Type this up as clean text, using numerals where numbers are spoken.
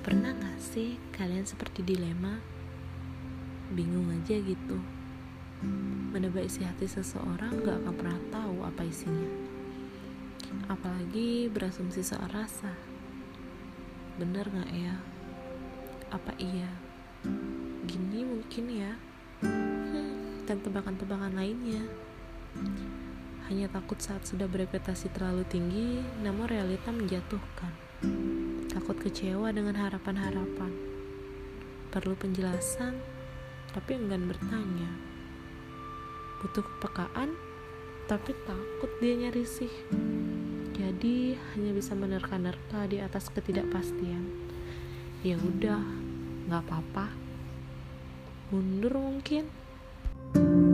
Pernah gak sih kalian seperti dilema? Bingung aja gitu. Menebak isi hati seseorang gak akan pernah tahu apa isinya. Apalagi berasumsi soal rasa. Bener gak ya? Apa iya? Gini mungkin ya? Dan tebakan-tebakan lainnya. Hanya takut saat sudah berekspektasi terlalu tinggi, namun realita menjatuhkan. Takut kecewa dengan harapan-harapan. Perlu penjelasan, tapi enggan bertanya. Butuh kepekaan, tapi takut dianya risih. Jadi hanya bisa menerka-nerka di atas ketidakpastian. Ya udah, nggak apa-apa. Mundur mungkin.